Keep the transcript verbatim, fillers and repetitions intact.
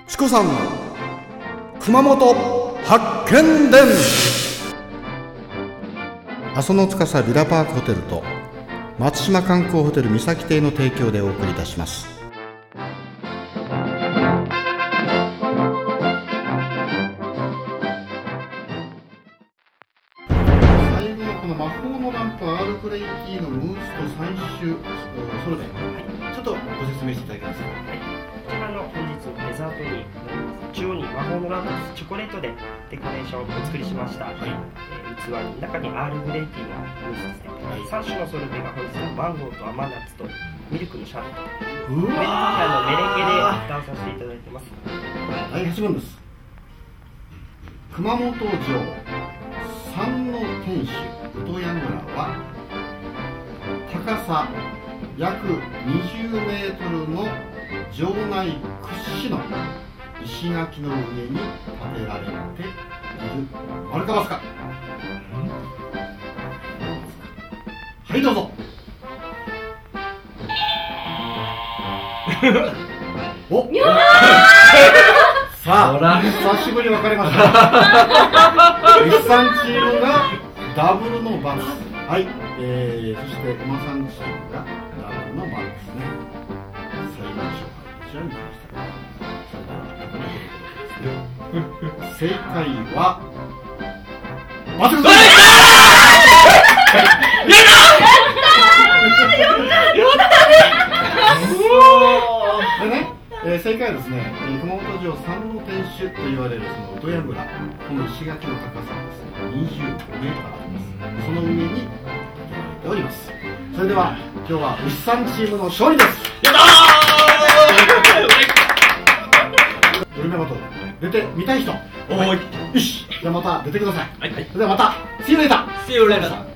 チコさんの熊本発見伝。阿蘇の司ビラパークホテルと松島観光ホテル三崎邸の提供でお送りいたします。最後のこの魔法のランプアールグレイティーのムースとさん種それで、はい、ちょっとご説明していただけますか。はい、 こちらの本日のデザートになります。中央に魔法のランプチョコレートでデコレーションをお作りしました、はい。えー、器に中にアールグレイティーのムースですね、はい、さん種のソルベが本日はマンゴーと甘夏とミルクのシャーベット、うわー、メレンゲで蓋をさせていただいてます。 だいはち問です。熊本城三の天守宇土櫓は高さ約にじゅうメートルの城内屈指の石垣の上に建てられている。丸か×か。はい、どうぞ。おさあ、久しぶりに分かれました。日産チームがダブルの×。はい、えー、そして馬さんチームがダブルの×ですね。最後の勝敗こちらに来ました。正解は×です。でね、えー、正解はですね、熊本城三の天守と言われるその宇土櫓、この石垣の高さはですねにじゅうごメートルあります。その上に建てられております。それでは今日は牛さんチームの勝利です。やったー。グルメバトル出てみたい人、おーい、よし、じゃあまた出てください。はい、それではまた See you later。 See you later。